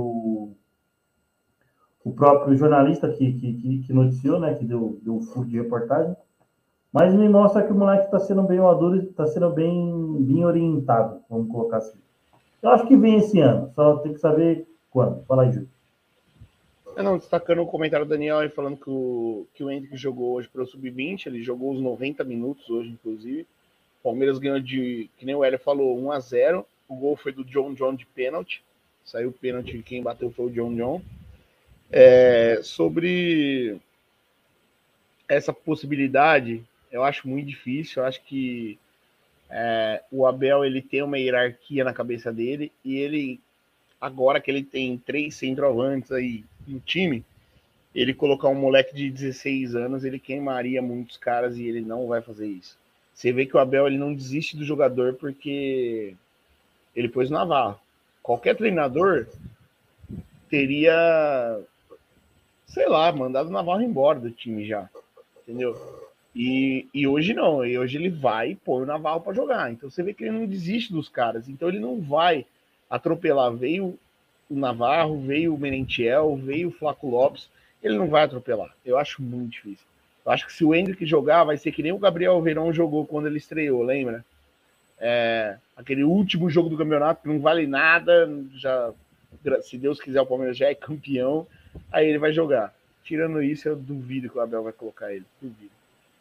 o próprio jornalista que, que, que noticiou, né, que deu, deu o furo de reportagem, mas me mostra que o moleque está sendo bem maduro, está sendo bem, bem orientado, vamos colocar assim. Eu acho que vem esse ano, só tem que saber quando. Fala aí, Júlio. É, não, destacando o comentário do Daniel aí falando que o, que o Hendrick jogou hoje para o sub vinte, ele jogou os noventa minutos hoje, inclusive. O Palmeiras ganhou de, que nem o Hélio falou, um a zero. O gol foi do John John de pênalti. Saiu o pênalti, quem bateu foi o John John. É, sobre essa possibilidade, eu acho muito difícil. Eu acho que é, o Abel ele tem uma hierarquia na cabeça dele e ele, agora que ele tem três centroavantes aí no time, ele colocar um moleque de dezesseis anos, ele queimaria muitos caras e ele não vai fazer isso. Você vê que o Abel ele não desiste do jogador porque ele pôs o Navarro. Qualquer treinador teria, sei lá, mandado o Navarro embora do time já, entendeu? E, e hoje não, e hoje ele vai pôr o Navarro para jogar. Então você vê que ele não desiste dos caras, então ele não vai atropelar. Veio o Navarro, veio o Merentiel, veio o Flaco Lopes, ele não vai atropelar. Eu acho muito difícil. Eu acho que se o Hendrick jogar, vai ser que nem o Gabriel Verón jogou quando ele estreou, lembra? É, aquele último jogo do campeonato que não vale nada, já, se Deus quiser o Palmeiras já é campeão, aí ele vai jogar. Tirando isso, eu duvido que o Abel vai colocar ele. Duvido.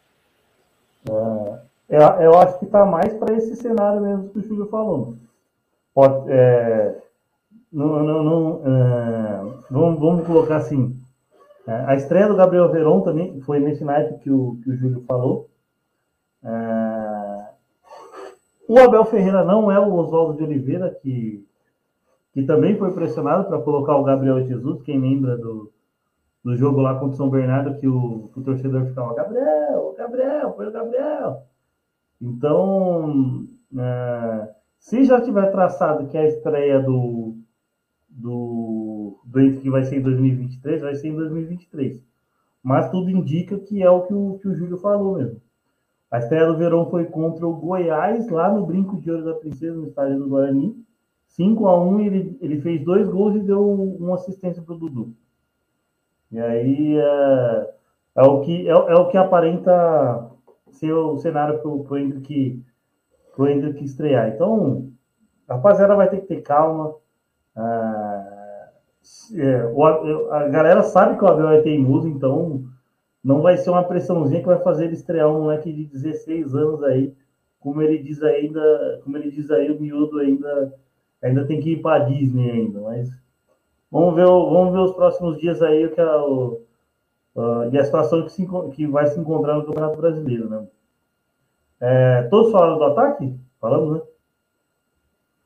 É, eu, eu acho que tá mais para esse cenário mesmo que o Júlio falou. Pode... É... Não, não, não, é, vamos, vamos colocar assim, é, a estreia do Gabriel Verón também foi nesse naipe que o, que o Júlio falou. É, o Abel Ferreira não é o Oswaldo de Oliveira, que, que também foi pressionado para colocar o Gabriel Jesus. Quem lembra do, do jogo lá contra o São Bernardo, que o, que o torcedor ficava, Gabriel, Gabriel, foi o Gabriel. Então, é, se já tiver traçado que a estreia do do, do que vai ser em dois mil e vinte e três, vai ser em dois mil e vinte e três. Mas tudo indica que é o que o, que o Júlio falou mesmo. A estreia do Verón foi contra o Goiás, lá no Brinco de Ouro da Princesa, no estádio do Guarani. cinco a um, ele, ele fez dois gols e deu uma assistência para o Dudu. E aí é, é, o que, é, é o que aparenta ser o cenário para o Hendrick, pro Hendrick estrear. Então, a rapaziada vai ter que ter calma. Ah, é, o, a galera sabe que o Abel é teimoso, então não vai ser uma pressãozinha que vai fazer ele estrear um moleque de dezesseis anos aí, como ele diz ainda, como ele diz aí, o miúdo ainda, ainda tem que ir para Disney ainda, mas vamos ver, vamos ver os próximos dias aí o que a, o, uh, e a situação que, se, que vai se encontrar no Campeonato Brasileiro, né? É, todos falaram do ataque? Falamos, né?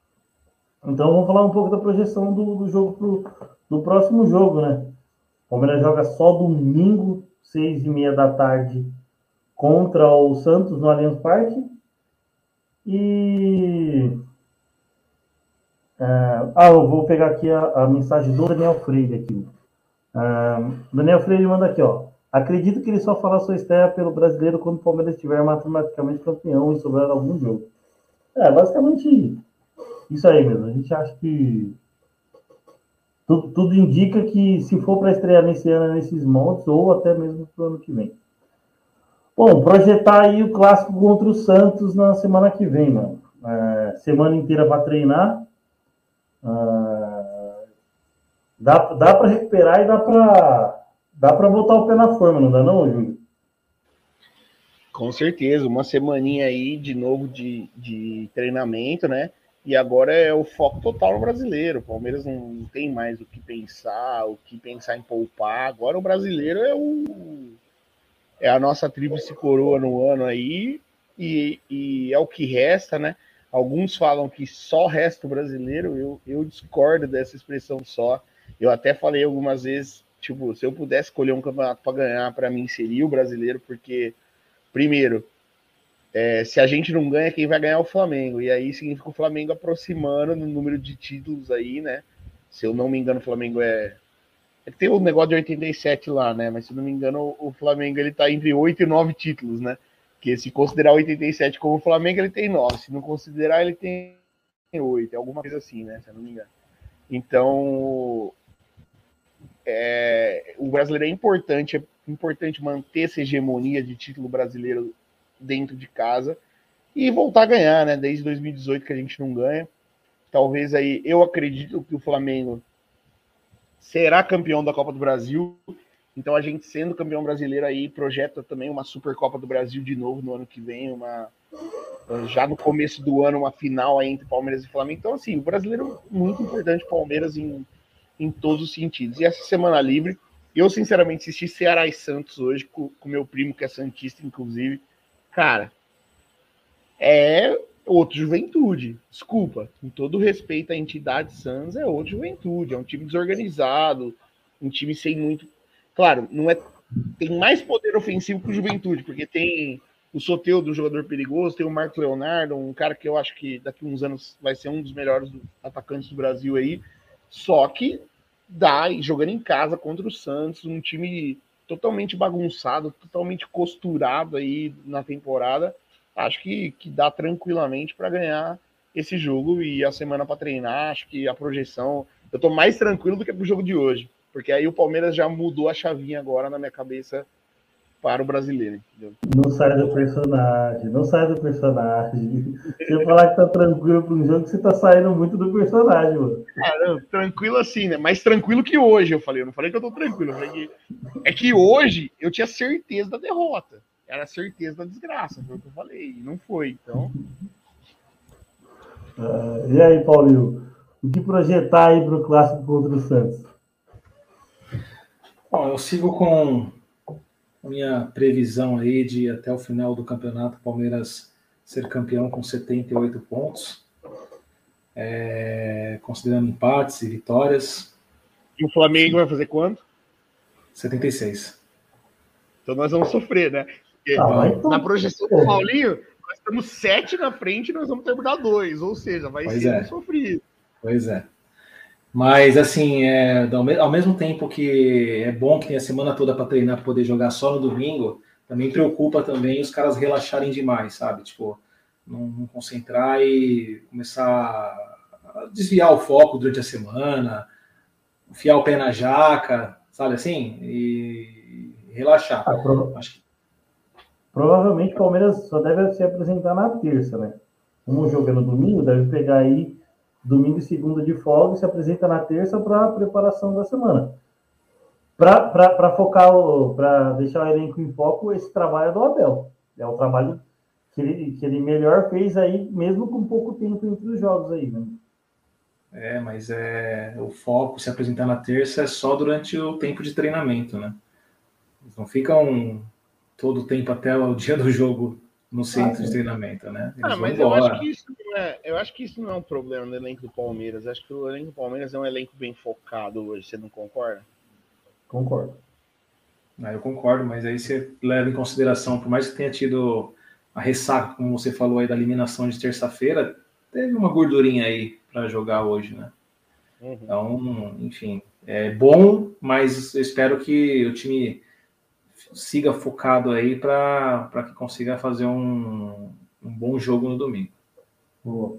Então vamos falar um pouco da projeção do, do jogo pro, do próximo jogo, né? O Palmeiras joga só domingo, seis e meia da tarde, contra o Santos no Allianz Parque. E... Uh, ah, eu vou pegar aqui a, a mensagem do Daniel Freire aqui. Uh, Daniel Freire manda aqui, ó. Acredito que ele só fará sua estreia pelo brasileiro quando o Palmeiras estiver matematicamente campeão e sobrar algum jogo. É, basicamente isso aí mesmo. A gente acha que tudo, tudo indica que se for para estrear nesse ano, nesses moldes, ou até mesmo pro ano que vem. Bom, projetar aí o clássico contra o Santos na semana que vem, mano. É, semana inteira para treinar. Uh, dá dá para recuperar e dá para dá para botar o pé na forma, não dá não, Júlio? Com certeza, uma semaninha aí de novo de, de treinamento, né? E agora é o foco total no brasileiro. O Palmeiras não tem mais o que pensar, o que pensar em poupar. Agora o brasileiro é o é a nossa tríplice coroa no ano aí e, e é o que resta, né? Alguns falam que só resta o brasileiro, eu, eu discordo dessa expressão só. Eu até falei algumas vezes, tipo, se eu pudesse escolher um campeonato para ganhar, para mim seria o brasileiro, porque, primeiro, é, se a gente não ganha, quem vai ganhar é o Flamengo. E aí significa o Flamengo aproximando no número de títulos aí, né? Se eu não me engano, o Flamengo é... é tem o negócio de oitenta e sete lá, né? Mas se eu não me engano, o Flamengo ele tá entre oito e nove títulos, né? Que se considerar oitenta e sete como o Flamengo, ele tem nove. Se não considerar, ele tem oito. É alguma coisa assim, né? Se eu não me engano. Então, é, o brasileiro é importante. É importante manter essa hegemonia de título brasileiro dentro de casa e voltar a ganhar, né? Desde dois mil e dezoito que a gente não ganha. Talvez aí, eu acredito que o Flamengo será campeão da Copa do Brasil. Então a gente sendo campeão brasileiro aí projeta também uma Supercopa do Brasil de novo no ano que vem, uma já no começo do ano uma final aí entre Palmeiras e Flamengo. Então assim, o brasileiro é muito importante, Palmeiras em, em todos os sentidos. E essa semana livre, eu sinceramente assisti Ceará e Santos hoje com o meu primo que é santista inclusive. Cara, é outro Juventude. Desculpa, com todo respeito à entidade Santos, é outro Juventude, é um time desorganizado, um time sem muito. Claro, não é, tem mais poder ofensivo que o Juventude, porque tem o Soteldo, jogador perigoso, tem o Marco Leonardo, um cara que eu acho que daqui a uns anos vai ser um dos melhores atacantes do Brasil aí, só que dá, jogando em casa contra o Santos, um time totalmente bagunçado, totalmente costurado aí na temporada, acho que, que dá tranquilamente para ganhar esse jogo e a semana para treinar, acho que a projeção, eu tô mais tranquilo do que pro jogo de hoje. Porque aí o Palmeiras já mudou a chavinha agora na minha cabeça para o brasileiro, entendeu? Não sai do personagem, não sai do personagem. Se eu falar que tá tranquilo para um jogo, você tá saindo muito do personagem, mano. Cara, tranquilo assim, né? Mais tranquilo que hoje, eu falei. Eu não falei que eu tô tranquilo. Eu falei que... É que hoje eu tinha certeza da derrota. Era certeza da desgraça, foi o que eu falei. E não foi, então... Uh, e aí, Paulinho? O que projetar aí pro clássico contra o Santos? Bom, eu sigo com a minha previsão aí de até o final do campeonato Palmeiras ser campeão com setenta e oito pontos, é, considerando empates e vitórias. E o Flamengo vai fazer quanto? setenta e seis. Então nós vamos sofrer, né? Porque Ah, então... na projeção do Paulinho, nós estamos sete na frente e nós vamos terminar dois, ou seja, vai pois ser é. um sofrido. Pois é. Mas, assim, é, ao mesmo tempo que é bom que tem a semana toda para treinar, para poder jogar só no domingo, também preocupa também os caras relaxarem demais, sabe? Tipo, não, não concentrar e começar a desviar o foco durante a semana, enfiar o pé na jaca, sabe assim? E relaxar. Ah, pro... Acho que... Provavelmente o Palmeiras só deve se apresentar na terça, né? Como o jogo é no domingo, deve pegar aí domingo e segunda de folga e se apresenta na terça para a preparação da semana. Para focar, para deixar o elenco em foco, esse trabalho é do Abel. É o trabalho que ele, que ele melhor fez aí, mesmo com pouco tempo entre os jogos aí, né? É, mas é, o foco, se apresentar na terça, é só durante o tempo de treinamento, né? Eles não ficam todo o tempo até o dia do jogo no centro ah, de treinamento, né? Eles ah, mas eu acho, que isso não é, eu acho que isso não é um problema no elenco do Palmeiras. Acho que o elenco do Palmeiras é um elenco bem focado hoje, você não concorda? Concordo. Ah, eu concordo, mas aí você leva em consideração, por mais que tenha tido a ressaca, como você falou aí, da eliminação de terça-feira, teve uma gordurinha aí para jogar hoje, né? Uhum. Então, enfim, é bom, mas eu espero que o time siga focado aí para que consiga fazer um, um bom jogo no domingo. Boa.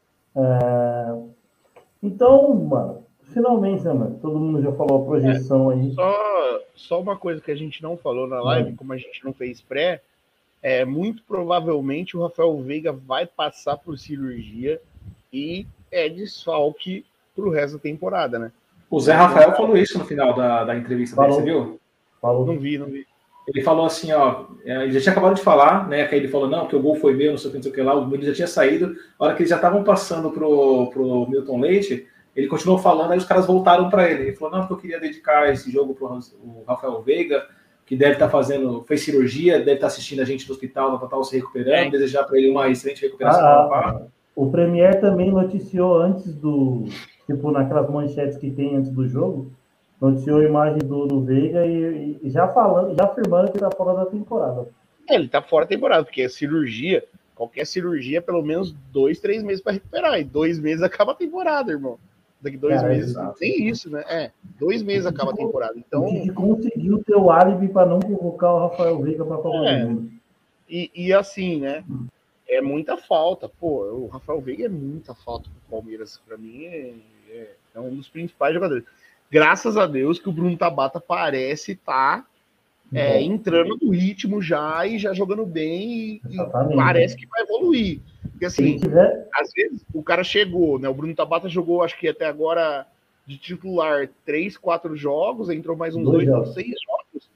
É... Então, mano, finalmente, né, mano? Todo mundo já falou a projeção é, aí. Só, só uma coisa que a gente não falou na live, é. como a gente não fez pré, é muito provavelmente o Rafael Veiga vai passar por cirurgia e é desfalque pro resto da temporada, né? O Zé Rafael falou isso no final da, da entrevista dele, você viu? Falou. Não vi, não vi. Ele falou assim, ó, ele já tinha acabado de falar, né, que aí ele falou, não, que o gol foi meu, não sei o que, não sei o que lá, o Milton já tinha saído, a hora que eles já estavam passando pro, pro Milton Leite, ele continuou falando, aí os caras voltaram para ele, ele falou, não, porque eu queria dedicar esse jogo pro o Rafael Veiga, que deve estar tá fazendo, fez cirurgia, deve estar tá assistindo a gente do hospital, para estar se recuperando, é. desejar para ele uma excelente recuperação. Ah, o Premier também noticiou antes do, tipo, naquelas manchetes que tem antes do jogo, noticiou a imagem do, do Veiga e, e já falando, já afirmando que tá fora da temporada. É, ele tá fora da temporada, porque a cirurgia, qualquer cirurgia, é pelo menos dois, três meses para recuperar. E dois meses acaba a temporada, irmão. Daqui dois Cara, meses, exato. Nem isso, né? É, dois meses acaba a temporada. Então, o que conseguiu ter o álibi para não convocar o Rafael Veiga para a Copa é, do Mundo. E, e assim, né? É muita falta. Pô, o Rafael Veiga é muita falta pro Palmeiras. Para mim, é, é, é um dos principais jogadores. Graças a Deus que o Bruno Tabata parece estar tá, é, entrando no ritmo já e já jogando bem e, e parece que vai evoluir. Porque assim, tiver... às vezes o cara chegou, né? O Bruno Tabata jogou, acho que até agora, de titular, três, quatro jogos, entrou mais uns dois, dois seis jogos.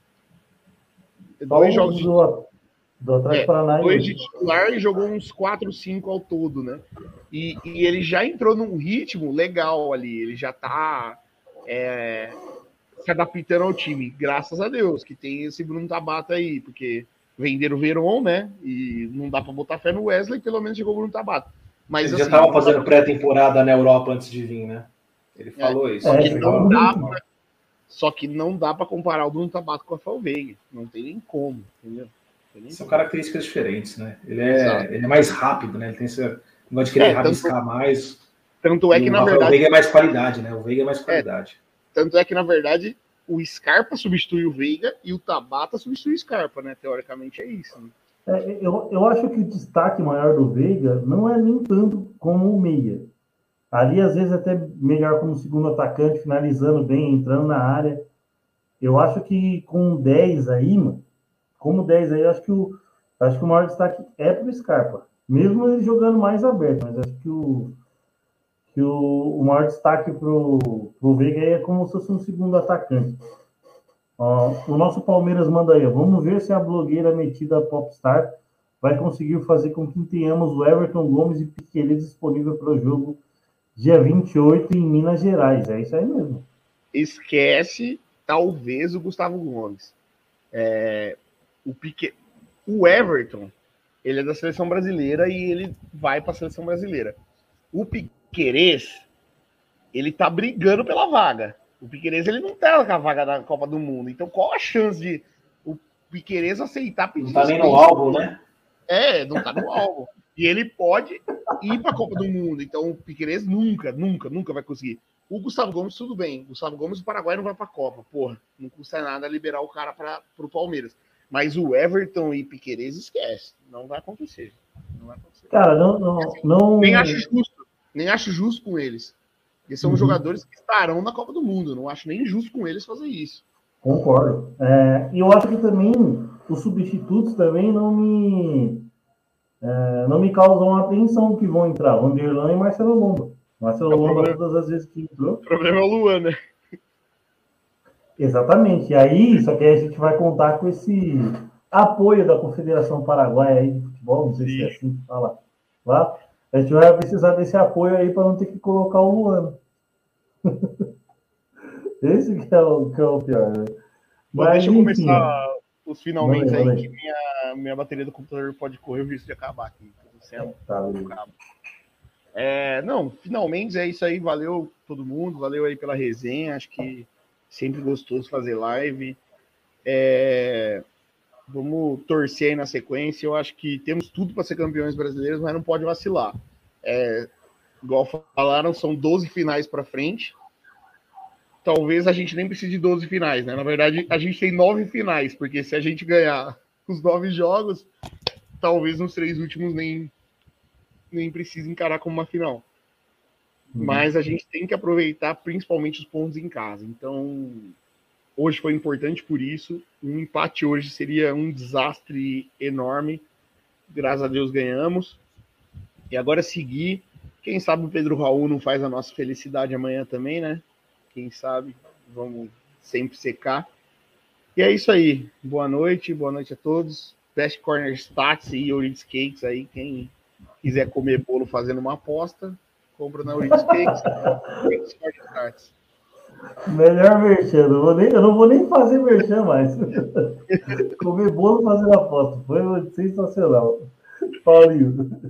Dois jogos de, do, do Atlético Paranaense. Dois de titular e jogou uns quatro, cinco ao todo, né? E, e ele já entrou num ritmo legal ali, ele já tá. É, se adaptando ao time, graças a Deus que tem esse Bruno Tabata aí, porque venderam o Veron, né, e não dá pra botar fé no Wesley, pelo menos chegou o Bruno Tabata. Mas ele assim, já tava fazendo pré-temporada na Europa antes de vir, né, ele falou é, isso. Só que, não dá pra, só que não dá pra comparar o Bruno Tabata com o Rafael Veiga, não tem nem como, entendeu? Nem São como. Características diferentes, né, ele é, ele é mais rápido, né, ele tem esse negócio de querer é, rabiscar tanto... mais... Tanto é que, na o verdade... O Veiga é mais qualidade, né? O Veiga é mais qualidade. É, tanto é que, na verdade, o Scarpa substitui o Veiga e o Tabata substitui o Scarpa, né? Teoricamente é isso. Né? É, eu, eu acho que o destaque maior do Veiga não é nem tanto como o meia. Ali, às vezes, até melhor como segundo atacante, finalizando bem, entrando na área. Eu acho que com dez aí, mano, como dez aí, eu acho que o, acho que o maior destaque é pro Scarpa. Mesmo ele jogando mais aberto, mas acho que o que o, o maior destaque pro, pro Veiga é como se fosse um segundo atacante. Ó, o nosso Palmeiras manda aí, ó, vamos ver se a blogueira metida Popstar vai conseguir fazer com que tenhamos o Everton Gomes e Piquerez disponível para o jogo dia vinte e oito em Minas Gerais. É isso aí mesmo. Esquece, talvez, o Gustavo Gomes. É, o, Pique... o Everton, ele é da seleção brasileira e ele vai para a seleção brasileira. O Piquerez Piquerez, ele tá brigando pela vaga. O Piquerez, ele não tá com a vaga da Copa do Mundo. Então, qual a chance de o Piquerez aceitar pedir? Não tá nem no álbum, né? É, não tá no álbum. E ele pode ir pra Copa do Mundo. Então, o Piquerez nunca, nunca, nunca vai conseguir. O Gustavo Gomes, tudo bem. O Gustavo Gomes, o Paraguai não vai pra Copa. Porra, não custa nada liberar o cara para pro Palmeiras. Mas o Everton e Piquerez, esquece. Não vai acontecer. Não vai acontecer. Cara, não... não, assim, não... Nem acho justo. Nem acho justo com eles. Eles são uhum. jogadores que estarão na Copa do Mundo. Não acho nem justo com eles fazer isso. Concordo. É, e eu acho que também os substitutos também não me é, não me causam atenção que vão entrar. Vanderlan e Marcelo Lomba. Marcelo é Lomba, problema. Todas as vezes que entrou. O problema é o Luan, né? Exatamente. E aí, só que aí a gente vai contar com esse apoio da Confederação Paraguaia aí de futebol, não sei Sim. se é assim que fala lá. A gente vai precisar desse apoio aí para não ter que colocar o Luan. Esse que é o, que é o pior. Né? Bom, Mas, deixa eu enfim, começar os finalmente aí, que minha, minha, minha bateria do computador pode correr o risco de acabar aqui. Tá, é, não, finalmente é isso aí. Valeu todo mundo, valeu aí pela resenha. Acho que sempre gostoso fazer live. É, vamos torcer aí na sequência. Eu acho que temos tudo para ser campeões brasileiros, mas não pode vacilar. É, igual falaram, são doze finais para frente. Talvez a gente nem precise de doze finais, né? Na verdade, a gente tem nove finais, porque se a gente ganhar os nove jogos, talvez nos três últimos nem, nem precise encarar como uma final. Uhum. Mas a gente tem que aproveitar principalmente os pontos em casa. Então, hoje foi importante por isso. Um empate hoje seria um desastre enorme. Graças a Deus ganhamos. E agora seguir. Quem sabe o Pedro Raul não faz a nossa felicidade amanhã também, né? Quem sabe, vamos sempre secar. E é isso aí. Boa noite, boa noite a todos. Best Corner Stats e Euridice Cakes aí. Quem quiser comer bolo fazendo uma aposta, compra na Euridice Cakes. Best Corner Stats. Melhor merchan. Eu, vou nem, eu não vou nem fazer merchan mais. Comer bolo fazendo aposta. Foi sensacional. Paulinho.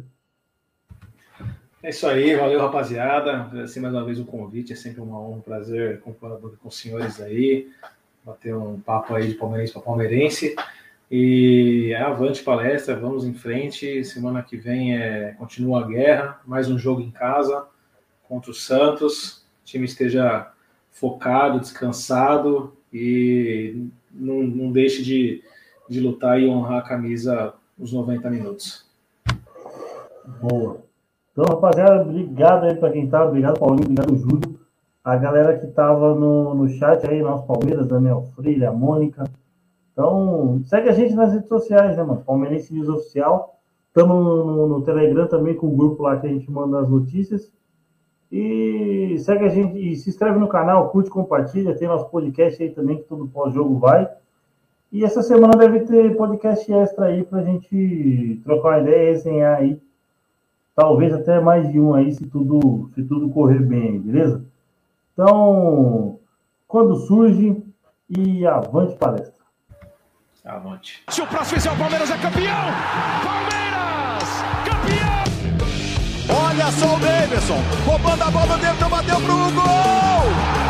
É isso aí, valeu rapaziada. Agradecer mais uma vez o convite, é sempre uma honra, um prazer acompanhar com os senhores aí, bater um papo aí de palmeirense para palmeirense. E é avante palestra, vamos em frente. Semana que vem é, continua a guerra, mais um jogo em casa contra o Santos. O time esteja focado, descansado e não, não deixe de, de lutar e honrar a camisa nos noventa minutos. Boa. Então, rapaziada, obrigado aí para quem tá, obrigado Paulinho, obrigado Júlio, a galera que tava no, no chat aí, nosso Palmeiras, Daniel Freire, a Mônica. Então, segue a gente nas redes sociais, né, mano? Palmeirense News Oficial. Estamos no, no, no Telegram também com o grupo lá que a gente manda as notícias. E segue a gente e se inscreve no canal, curte, compartilha. Tem nosso podcast aí também, que todo pós-jogo vai. E essa semana deve ter podcast extra aí pra gente trocar uma ideia e resenhar aí. Talvez até mais de um aí, se tudo, se tudo correr bem, beleza? Então, quando surge, e avante palestra. Avante. Se o próximo fizer o Palmeiras é campeão! Palmeiras! Campeão! Olha só o Davidson, roubando a bola dentro, bateu pro gol!